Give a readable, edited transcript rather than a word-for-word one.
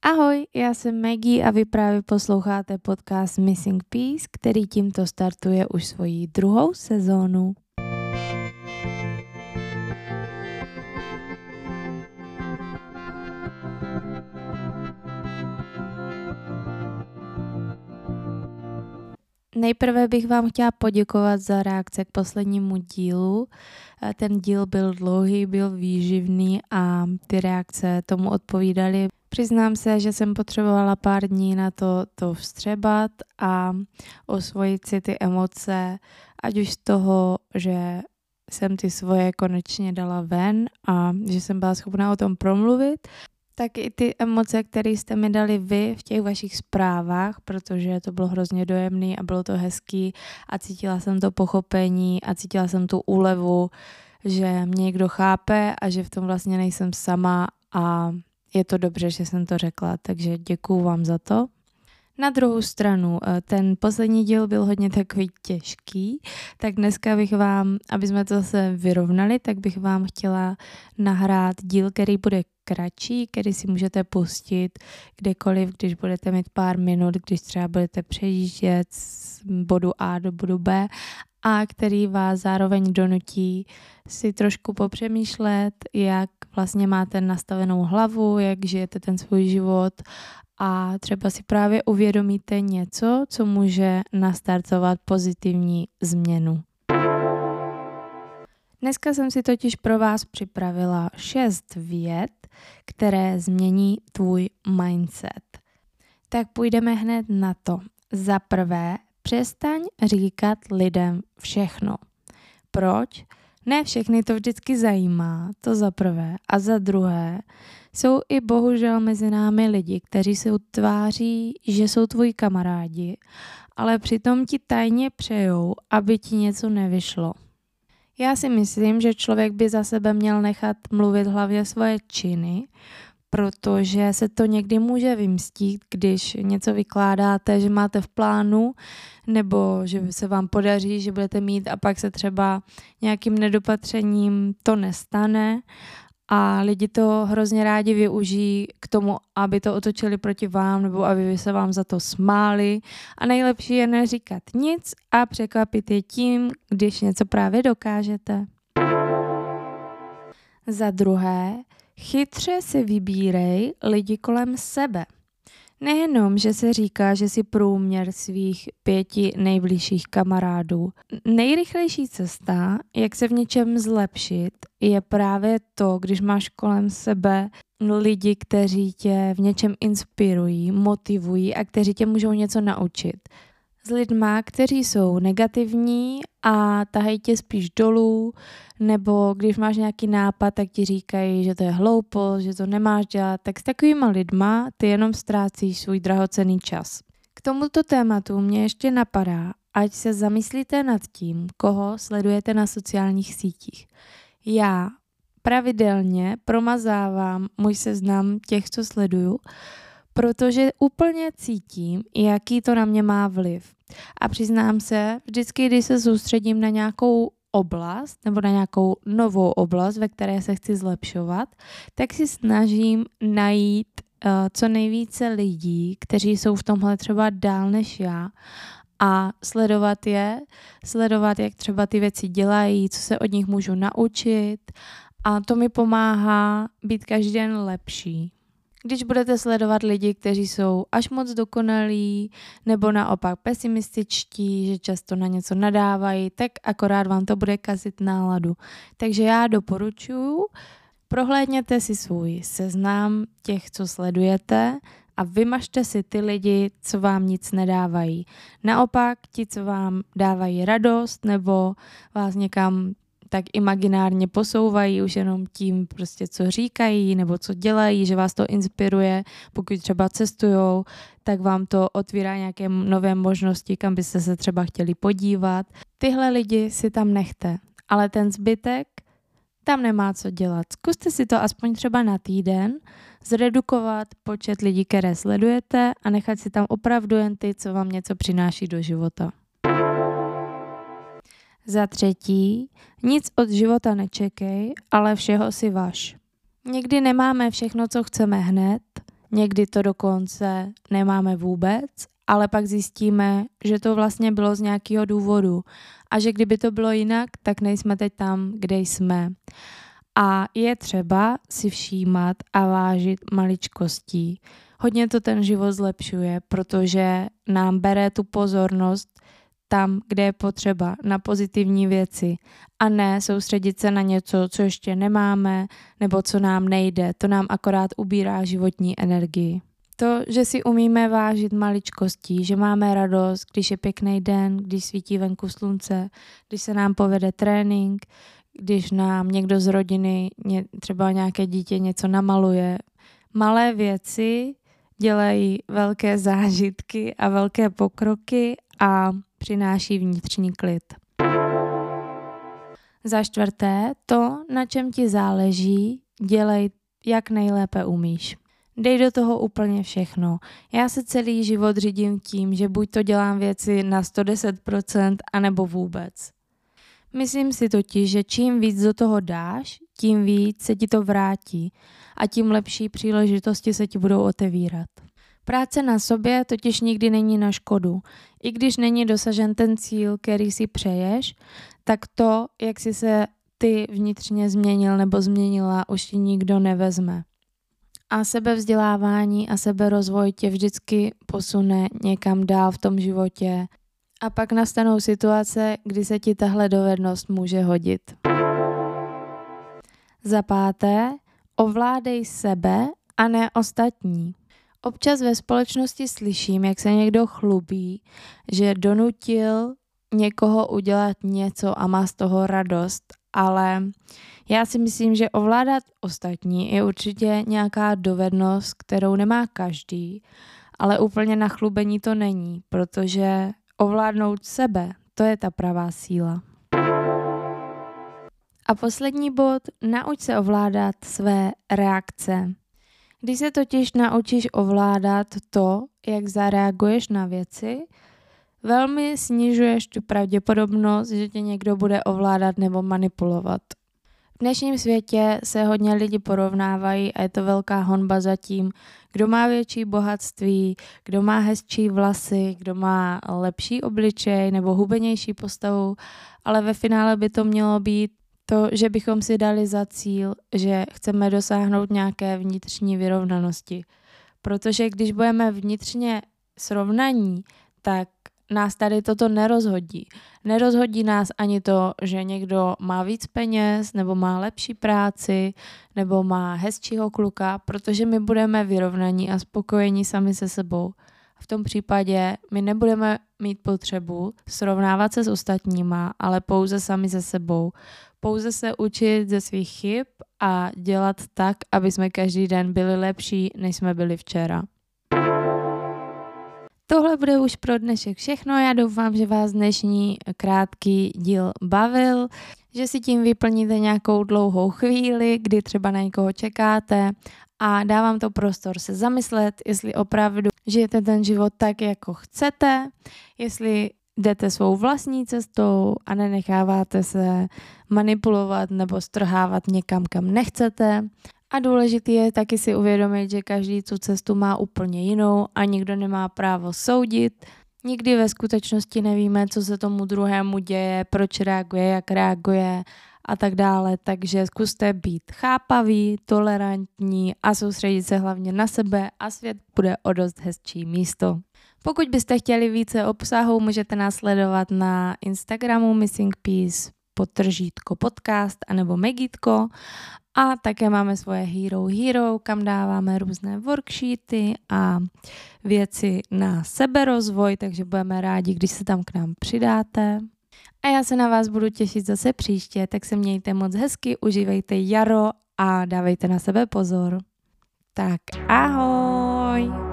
Ahoj, já jsem Maggie a vy právě posloucháte podcast Missing Piece, který tímto startuje už svoji 2. sezónu. Nejprve bych vám chtěla poděkovat za reakce k poslednímu dílu. Ten díl byl dlouhý, byl výživný a ty reakce tomu odpovídaly. Přiznám se, že jsem potřebovala pár dní na to vstřebat a osvojit si ty emoce, ať už z toho, že jsem ty svoje konečně dala ven a že jsem byla schopná o tom promluvit, tak i ty emoce, které jste mi dali vy v těch vašich zprávách, protože to bylo hrozně dojemný a bylo to hezký a cítila jsem to pochopení a cítila jsem tu úlevu, že mě někdo chápe a že v tom vlastně nejsem sama a je to dobře, že jsem to řekla, takže děkuju vám za to. Na druhou stranu, ten poslední díl byl hodně takový těžký, tak dneska bych vám, aby jsme to zase vyrovnali, tak bych vám chtěla nahrát díl, který bude kratší, který si můžete pustit kdekoliv, když budete mít pár minut, když třeba budete přejíždět z bodu A do bodu B a který vás zároveň donutí si trošku popřemýšlet, jak vlastně máte nastavenou hlavu, jak žijete ten svůj život a třeba si právě uvědomíte něco, co může nastartovat pozitivní změnu. Dneska jsem si totiž pro vás připravila 6 vět, které změní tvůj mindset. Tak půjdeme hned na to. Za prvé, přestaň říkat lidem všechno. Proč? Ne všechny to vždycky zajímá, to za prvé. A za druhé, jsou i bohužel mezi námi lidi, kteří se tváří, že jsou tvoji kamarádi, ale přitom ti tajně přejou, aby ti něco nevyšlo. Já si myslím, že člověk by za sebe měl nechat mluvit hlavně svoje činy, protože se to někdy může vymstít, když něco vykládáte, že máte v plánu, nebo že se vám podaří, že budete mít a pak se třeba nějakým nedopatřením to nestane a lidi to hrozně rádi využijí k tomu, aby to otočili proti vám nebo aby se vám za to smáli a nejlepší je neříkat nic a překvapit je tím, když něco právě dokážete. Za druhé, chytře si vybírej lidi kolem sebe. Nejenom, že se říká, že si průměr svých 5 nejbližších kamarádů. Nejrychlejší cesta, jak se v něčem zlepšit, je právě to, když máš kolem sebe lidi, kteří tě v něčem inspirují, motivují a kteří tě můžou něco naučit. S lidma, kteří jsou negativní a tahají tě spíš dolů, nebo když máš nějaký nápad, tak ti říkají, že to je hloupost, že to nemáš dělat, tak s takovýma lidma ty jenom ztrácíš svůj drahocenný čas. K tomuto tématu mě ještě napadá, ať se zamyslíte nad tím, koho sledujete na sociálních sítích. Já pravidelně promazávám můj seznam těch, co sleduju, protože úplně cítím, jaký to na mě má vliv. A přiznám se, vždycky, když se soustředím na nějakou oblast nebo na nějakou novou oblast, ve které se chci zlepšovat, tak si snažím najít co nejvíce lidí, kteří jsou v tomhle třeba dál než já a sledovat, jak třeba ty věci dělají, co se od nich můžu naučit a to mi pomáhá být každý den lepší. Když budete sledovat lidi, kteří jsou až moc dokonalí nebo naopak pesimističtí, že často na něco nadávají, tak akorát vám to bude kazit náladu. Takže já doporučuji, prohlédněte si svůj seznam těch, co sledujete a vymažte si ty lidi, co vám nic nedávají. Naopak ti, co vám dávají radost nebo vás někam tak imaginárně posouvají už jenom tím, prostě, co říkají nebo co dělají, že vás to inspiruje, pokud třeba cestujou, tak vám to otvírá nějaké nové možnosti, kam byste se třeba chtěli podívat. Tyhle lidi si tam nechte, ale ten zbytek tam nemá co dělat. Zkuste si to aspoň třeba na týden, zredukovat počet lidí, které sledujete a nechat si tam opravdu jen ty, co vám něco přináší do života. Za třetí, nic od života nečekej, ale všeho si važ. Někdy nemáme všechno, co chceme hned, někdy to dokonce nemáme vůbec, ale pak zjistíme, že to vlastně bylo z nějakého důvodu a že kdyby to bylo jinak, tak nejsme teď tam, kde jsme. A je třeba si všímat a vážit maličkostí. Hodně to ten život zlepšuje, protože nám bere tu pozornost tam, kde je potřeba, na pozitivní věci a ne soustředit se na něco, co ještě nemáme nebo co nám nejde. To nám akorát ubírá životní energii. To, že si umíme vážit maličkostí, že máme radost, když je pěkný den, když svítí venku slunce, když se nám povede trénink, když nám někdo z rodiny, třeba nějaké dítě něco namaluje. Malé věci dělají velké zážitky a velké pokroky a přináší vnitřní klid. Za čtvrté, to, na čem ti záleží, dělej, jak nejlépe umíš. Dej do toho úplně všechno. Já se celý život řídím tím, že buď to dělám věci na 110%, anebo vůbec. Myslím si totiž, že čím víc do toho dáš, tím víc se ti to vrátí a tím lepší příležitosti se ti budou otevírat. Práce na sobě totiž nikdy není na škodu. I když není dosažen ten cíl, který si přeješ, tak to, jak jsi se ty vnitřně změnil nebo změnila, už ti nikdo nevezme. A sebevzdělávání a seberozvoj tě vždycky posune někam dál v tom životě. A pak nastanou situace, kdy se ti tahle dovednost může hodit. Za páté, ovládej sebe a ne ostatní. Občas ve společnosti slyším, jak se někdo chlubí, že donutil někoho udělat něco a má z toho radost, ale já si myslím, že ovládat ostatní je určitě nějaká dovednost, kterou nemá každý, ale úplně na chlubení to není, protože ovládnout sebe, to je ta pravá síla. A poslední bod, nauč se ovládat své reakce. Když se totiž naučíš ovládat to, jak zareaguješ na věci, velmi snižuješ tu pravděpodobnost, že tě někdo bude ovládat nebo manipulovat. V dnešním světě se hodně lidi porovnávají a je to velká honba za tím, kdo má větší bohatství, kdo má hezčí vlasy, kdo má lepší obličej nebo hubenější postavu, ale ve finále by to mělo být to, že bychom si dali za cíl, že chceme dosáhnout nějaké vnitřní vyrovnanosti. Protože když budeme vnitřně srovnaní, tak nás tady toto nerozhodí. Nerozhodí nás ani to, že někdo má víc peněz, nebo má lepší práci, nebo má hezčího kluka, protože my budeme vyrovnaní a spokojení sami se sebou. V tom případě my nebudeme mít potřebu srovnávat se s ostatníma, ale pouze sami se sebou. Pouze se učit ze svých chyb a dělat tak, aby jsme každý den byli lepší, než jsme byli včera. Tohle bude už pro dnešek všechno. Já doufám, že vás dnešní krátký díl bavil, že si tím vyplníte nějakou dlouhou chvíli, kdy třeba na někoho čekáte a dávám to prostor se zamyslet, jestli opravdu žijete ten život tak, jako chcete, jestli jdete svou vlastní cestou a nenecháváte se manipulovat nebo strhávat někam, kam nechcete. A důležité je taky si uvědomit, že každý tu cestu má úplně jinou a nikdo nemá právo soudit. Nikdy ve skutečnosti nevíme, co se tomu druhému děje, proč reaguje, jak reaguje a tak dále. Takže zkuste být chápaví, tolerantní a soustředit se hlavně na sebe a svět bude o dost hezčí místo. Pokud byste chtěli více obsahu, můžete nás sledovat na Instagramu missingpiece_podcast anebo Megitko. A také máme svoje Hero, kam dáváme různé worksheety a věci na seberozvoj, takže budeme rádi, když se tam k nám přidáte. A já se na vás budu těšit zase příště, tak se mějte moc hezky, užívejte jaro a dávejte na sebe pozor. Tak ahoj!